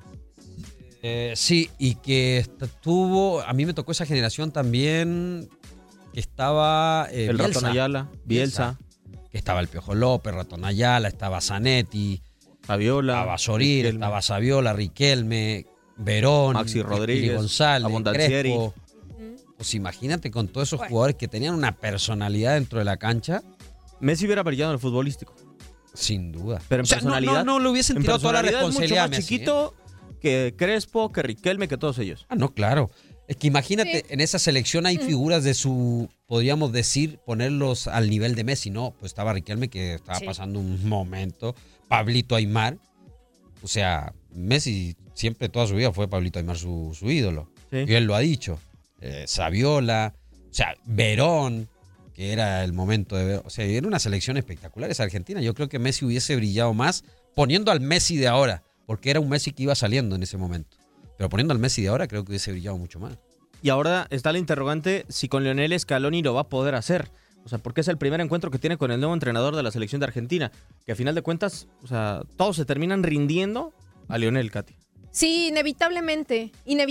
Sí, y que tuvo, a mí me tocó esa generación también, que estaba el Bielsa. Ratón Ayala, Bielsa. Que estaba el Piojo López, Ratón Ayala, estaba Zanetti, Saviola, estaba Sorir, Riquelme, estaba Saviola, Riquelme, Verón, Maxi Rodríguez, González, Abondancieri. Crespo. Pues imagínate con todos esos jugadores que tenían una personalidad dentro de la cancha. Messi hubiera brillado en el futbolístico. Sin duda. Pero en personalidad, no le hubiesen tirado toda la responsabilidad a es mucho más Messi, chiquito que Crespo, que Riquelme, que todos ellos. Ah, no, claro. Es que imagínate, Sí. en esa selección hay figuras de su, podríamos decir, ponerlos al nivel de Messi, ¿no? Pues estaba Riquelme, que estaba pasando un momento. Pablito Aimar. O sea, Messi siempre toda su vida fue Pablito Aimar su ídolo. Sí. Y él lo ha dicho. Saviola, o sea, Verón, que era el momento de ver. O sea, era una selección espectacular esa Argentina. Yo creo que Messi hubiese brillado más poniendo al Messi de ahora, porque era un Messi que iba saliendo en ese momento. Pero poniendo al Messi de ahora, creo que hubiese brillado mucho más. Y ahora está la interrogante si con Lionel Scaloni lo va a poder hacer. O sea, porque es el primer encuentro que tiene con el nuevo entrenador de la selección de Argentina. Que a final de cuentas, o sea, todos se terminan rindiendo a Lionel, Katy. Sí, inevitablemente,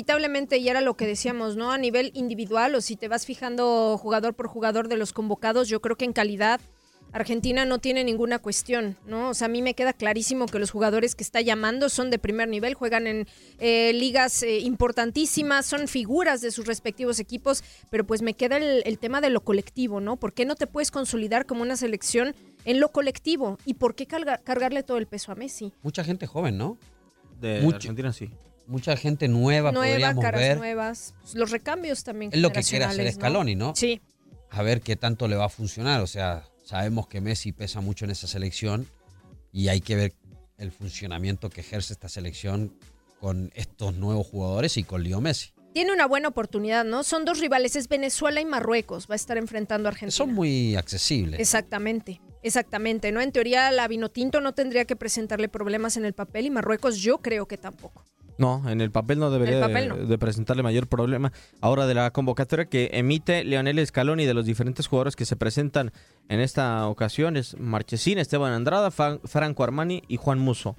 y era lo que decíamos, ¿no? A nivel individual, o si te vas fijando jugador por jugador de los convocados, yo creo que en calidad Argentina no tiene ninguna cuestión, ¿no? O sea, a mí me queda clarísimo que los jugadores que está llamando son de primer nivel, juegan en ligas importantísimas, son figuras de sus respectivos equipos, pero pues me queda el tema de lo colectivo, ¿no? ¿Por qué no te puedes consolidar como una selección en lo colectivo? ¿Y por qué cargarle todo el peso a Messi? Mucha gente joven, ¿no? De Argentina, sí. Mucha gente nueva podríamos caras ver. nuevas, pues, los recambios también. Es lo que quiere hacer Scaloni, ¿no? Sí. A ver qué tanto le va a funcionar. O sea, sabemos que Messi pesa mucho en esa selección y hay que ver el funcionamiento que ejerce esta selección con estos nuevos jugadores y con Leo Messi. Tiene una buena oportunidad, ¿no? Son dos rivales, es Venezuela y Marruecos, va a estar enfrentando a Argentina. Son muy accesibles. Exactamente, ¿no? En teoría la Vinotinto no tendría que presentarle problemas en el papel y Marruecos yo creo que tampoco. No, en el papel no debería de presentarle mayor problema. Ahora de la convocatoria que emite Lionel Scaloni de los diferentes jugadores que se presentan en esta ocasión es Marchesín, Esteban Andrada, Franco Armani y Juan Musso.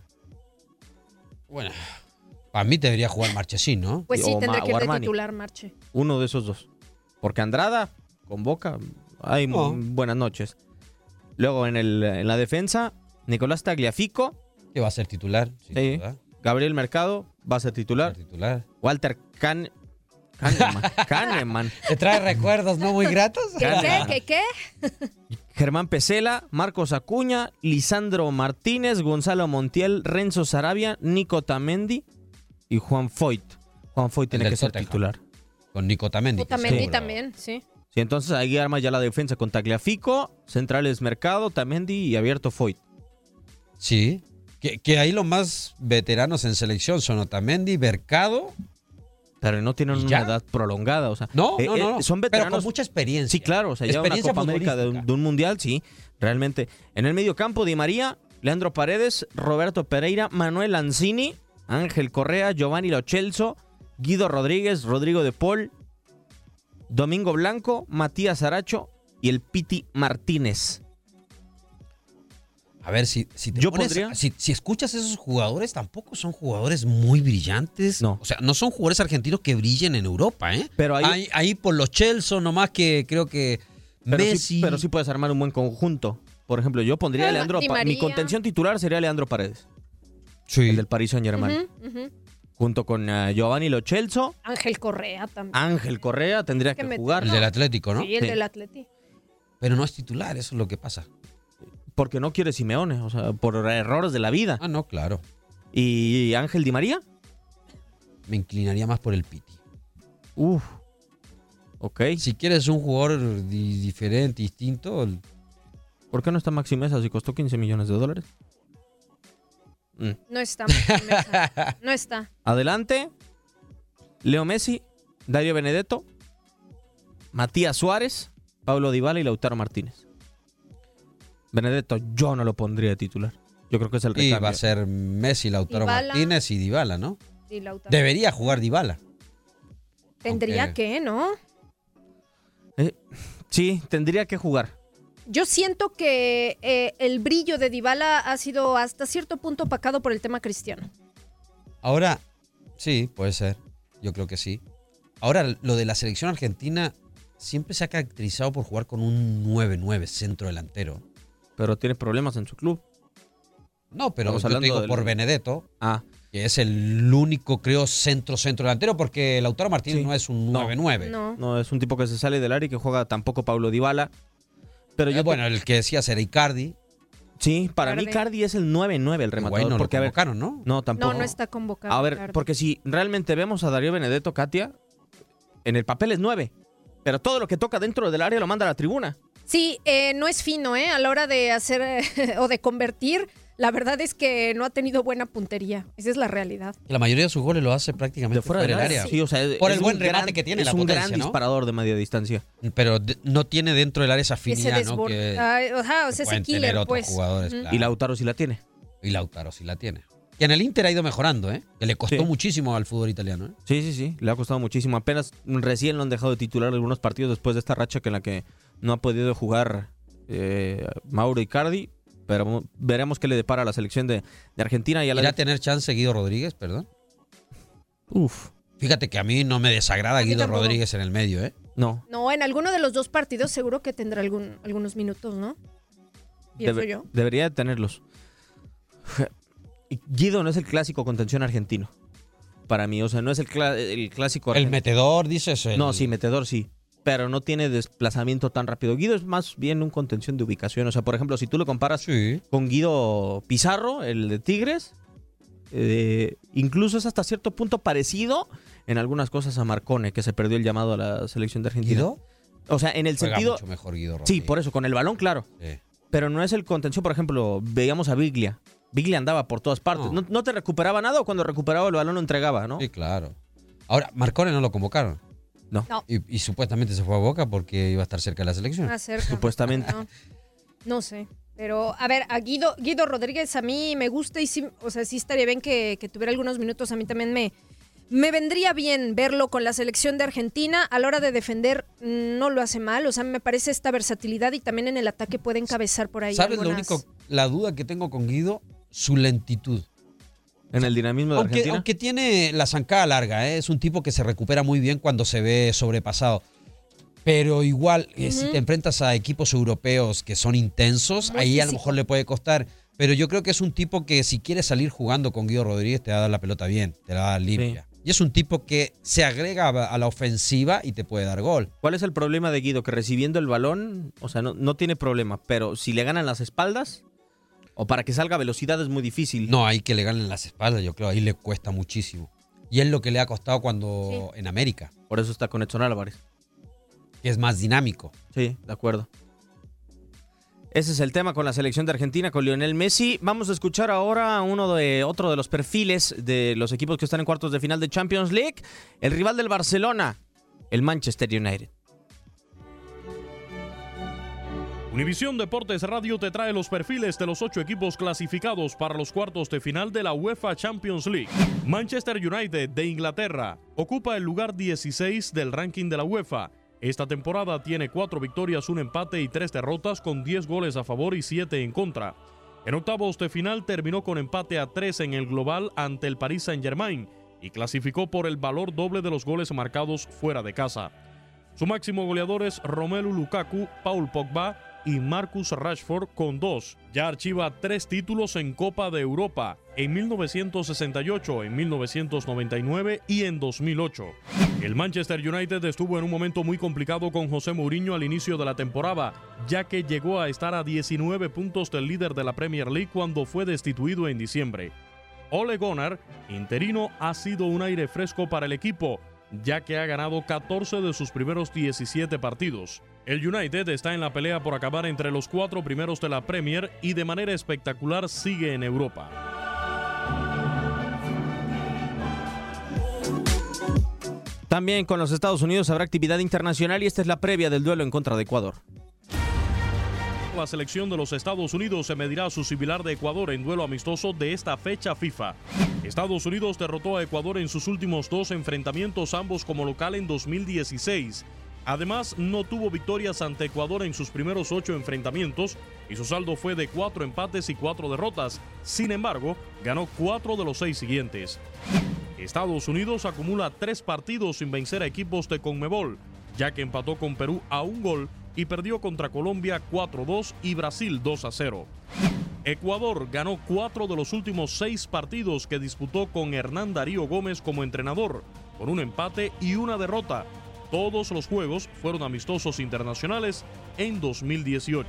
Bueno, para mí debería jugar Marchesín, ¿no? Pues sí, tendría que ir de Armani. titular Marche. Uno de esos dos. Porque Andrada convoca, hay buenas noches. Luego en la defensa, Nicolás Tagliafico. Que va a ser titular. Sí. Gabriel Mercado va a ser titular. Titular. Walter Kahneman. ¿Te trae recuerdos no muy gratos? ¿Qué? Germán Pesela, Marcos Acuña, Lisandro Martínez, Gonzalo Montiel, Renzo Sarabia, Nico Tamendi y Juan Foyt. Juan Foyt tiene que ser titular. Con Nico Tamendi. Tamendi también, sí. Sí, entonces ahí arma ya la defensa con Tagliafico, centrales Mercado, Tamendi y abierto Foyt. Sí, que ahí los más veteranos en selección son Otamendi, Mercado. Pero no tienen una edad prolongada, o sea. No. Son veteranos. Pero con mucha experiencia. Sí, claro, o sea, ya una Copa América de un mundial, sí, realmente. En el medio campo, Di María, Leandro Paredes, Roberto Pereira, Manuel Lanzini, Ángel Correa, Giovanni Lo Celso, Guido Rodríguez, Rodrigo de Paul, Domingo Blanco, Matías Aracho y el Piti Martínez. A ver, si escuchas a esos jugadores, tampoco son jugadores muy brillantes. No. O sea, no son jugadores argentinos que brillen en Europa, ¿eh? Pero ahí por los Chelsea, nomás que creo que Messi. Pero sí puedes armar un buen conjunto. Por ejemplo, yo pondría a Leandro. Mi contención titular sería Leandro Paredes. Sí. El del Paris Saint-Germain. Junto con Giovanni Lo Celso. Ángel Correa también. Ángel Correa tendría que jugar. El del Atlético, ¿no? Sí, el del Atlético. Pero no es titular, eso es lo que pasa. Porque no quiere Simeone, o sea, por errores de la vida. Ah, no, claro. ¿Y Ángel Di María? Me inclinaría más por el Piti. Ok. Si quieres un jugador diferente, distinto. ¿Por qué no está Maxi Mesa si costó $15 millones? No está Maxi Mesa. No está. Adelante. Leo Messi, Dario Benedetto, Matías Suárez, Pablo Dybala y Lautaro Martínez. Benedetto yo no lo pondría de titular. Yo creo que es el recambio. Y va a ser Messi, Lautaro Martínez y Dybala, ¿no? Sí, Lautaro. Debería jugar Dybala. Tendría que, ¿no? Sí, tendría que jugar. Yo siento que el brillo de Dybala ha sido hasta cierto punto opacado por el tema Cristiano. Ahora, sí, puede ser. Yo creo que sí. Ahora, lo de la selección argentina siempre se ha caracterizado por jugar con un 9-9, centro delantero. Pero tiene problemas en su club. No, pero yo te digo por Benedetto, que es el único, creo, centro delantero, porque Lautaro Martínez no es un 9-9. No, es un tipo que se sale del área y que juega tampoco Paulo Dybala. Pero bueno, el que decías era Icardi. Sí, para mí Icardi es el 9-9, el rematador. Bueno, porque, lo convocaron, ¿no? No, tampoco. No está convocado. A ver, Icardi. porque si realmente vemos a Darío Benedetto, Katia, en el papel es 9, pero todo lo que toca dentro del área lo manda a la tribuna. Sí, no es fino, a la hora de hacer o de convertir. La verdad es que no ha tenido buena puntería. Esa es la realidad. La mayoría de sus goles lo hace prácticamente fuera del área. Sí, o sea, por el buen remate que tiene, es la un potencia, gran disparador de media distancia. Pero no tiene dentro del área esa afinidad, ese ¿no? Que o sea, ese killer, pues. Jugadores, claro. Y Lautaro sí la tiene. Y Lautaro sí la tiene. Y en el Inter ha ido mejorando, que le costó muchísimo al fútbol italiano. Sí, le ha costado muchísimo. Apenas recién lo han dejado de titular algunos partidos después de esta racha en la que no ha podido jugar Mauro Icardi. Pero veremos qué le depara a la selección de Argentina. ¿Irá a tener chance Guido Rodríguez, perdón? Uf. Fíjate que a mí no me desagrada Guido Rodríguez en el medio, No. No, en alguno de los dos partidos seguro que tendrá algunos minutos, ¿no? Pienso yo. Debería tenerlos. Guido no es el clásico contención argentino. Para mí, o sea, no es el clásico argentino. ¿El metedor, dices? No, sí, metedor sí. Pero no tiene desplazamiento tan rápido. Guido es más bien un contención de ubicación. O sea, por ejemplo, si tú lo comparas con Guido Pizarro, el de Tigres, incluso es hasta cierto punto parecido en algunas cosas a Marcone, que se perdió el llamado a la selección de Argentina. ¿Guido? O sea, en el Juega sentido... mucho mejor Guido Rodríguez. Sí, por eso, con el balón, claro. Sí. Pero no es el contención, por ejemplo, veíamos a Biglia. Biglia andaba por todas partes. No te recuperaba nada o cuando recuperaba el balón lo entregaba, ¿no? Sí, claro. Ahora, Marcone no lo convocaron. No. Y supuestamente se fue a Boca porque iba a estar cerca de la selección. Cerca. Supuestamente. No sé. Pero, a ver, a Guido Rodríguez a mí me gusta y sí, o sea, sí estaría bien que tuviera algunos minutos. A mí también me vendría bien verlo con la selección de Argentina. A la hora de defender no lo hace mal. O sea, me parece esta versatilidad y también en el ataque puede encabezar por ahí. ¿Sabes la duda que tengo con Guido? Su lentitud. En el dinamismo de Argentina. Aunque tiene la zancada larga, es un tipo que se recupera muy bien cuando se ve sobrepasado. Pero igual, si te enfrentas a equipos europeos que son intensos, Muy ahí físico. a lo mejor le puede costar. Pero yo creo que es un tipo que si quiere salir jugando con Guido Rodríguez te va a dar la pelota bien, te la va a dar limpia. Y es un tipo que se agrega a la ofensiva y te puede dar gol. ¿Cuál es el problema de Guido? Que recibiendo el balón, o sea, no tiene problema, pero si le ganan las espaldas o para que salga a velocidad es muy difícil. No, ahí que le ganen las espaldas, yo creo, ahí le cuesta muchísimo. Y es lo que le ha costado cuando en América. Por eso está con Edson Álvarez. Que es más dinámico. Sí, de acuerdo. Ese es el tema con la selección de Argentina, con Lionel Messi. Vamos a escuchar ahora otro de los perfiles de los equipos que están en cuartos de final de Champions League. El rival del Barcelona, el Manchester United. Univisión Deportes Radio te trae los perfiles de los 8 equipos clasificados para los cuartos de final de la UEFA Champions League. Manchester United de Inglaterra ocupa el lugar 16 del ranking de la UEFA. Esta temporada tiene 4 victorias, 1 empate y 3 derrotas con 10 goles a favor y 7 en contra. En octavos de final terminó con empate a 3 en el global ante el Paris Saint-Germain y clasificó por el valor doble de los goles marcados fuera de casa. Su máximo goleador es Romelu Lukaku, Paul Pogba y Marcus Rashford con 2. Ya archiva 3 títulos en Copa de Europa, en 1968, en 1999 y en 2008. El Manchester United estuvo en un momento muy complicado con José Mourinho al inicio de la temporada, ya que llegó a estar a 19 puntos del líder de la Premier League cuando fue destituido en diciembre. Ole Gunnar, interino, ha sido un aire fresco para el equipo, ya que ha ganado 14 de sus primeros 17 partidos. El United está en la pelea por acabar entre los 4 primeros de la Premier y de manera espectacular sigue en Europa. También con los Estados Unidos habrá actividad internacional y esta es la previa del duelo en contra de Ecuador. La selección de los Estados Unidos se medirá a su similar de Ecuador en duelo amistoso de esta fecha FIFA. Estados Unidos derrotó a Ecuador en sus últimos 2 enfrentamientos, ambos como local en 2016. Además, no tuvo victorias ante Ecuador en sus primeros 8 enfrentamientos y su saldo fue de 4 empates y 4 derrotas. Sin embargo, ganó 4 de los 6 siguientes. Estados Unidos acumula 3 partidos sin vencer a equipos de CONMEBOL, ya que empató con Perú a 1 gol y perdió contra Colombia 4-2 y Brasil 2-0. Ecuador ganó 4 de los últimos 6 partidos que disputó con Hernán Darío Gómez como entrenador, con un empate y una derrota. Todos los juegos fueron amistosos internacionales en 2018.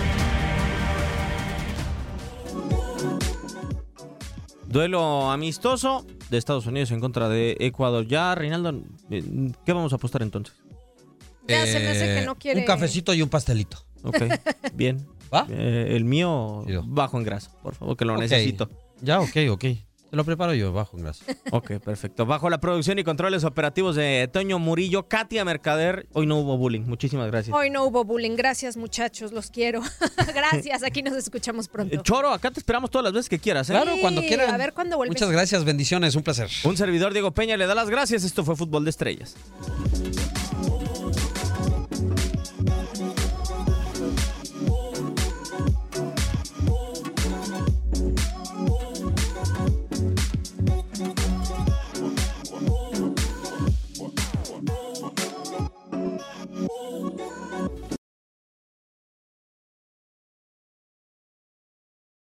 Duelo amistoso de Estados Unidos en contra de Ecuador. Ya, Reinaldo, ¿qué vamos a apostar entonces? Ya se me hace que no quiere. Un cafecito y un pastelito. Ok, bien. ¿Va? El mío bajo en grasa, por favor, que lo necesito. Ya, ok. Te lo preparo yo, bajo en grasa. Ok, perfecto. Bajo la producción y controles operativos de Toño Murillo, Katia Mercader. Hoy no hubo bullying. Muchísimas gracias. Hoy no hubo bullying. Gracias, muchachos. Los quiero. Gracias. Aquí nos escuchamos pronto. Choro, acá te esperamos todas las veces que quieras, ¿eh? Claro, cuando quieran. A ver cuándo vuelves. Muchas gracias, bendiciones, un placer. Un servidor, Diego Peña, le da las gracias. Esto fue Fútbol de Estrellas.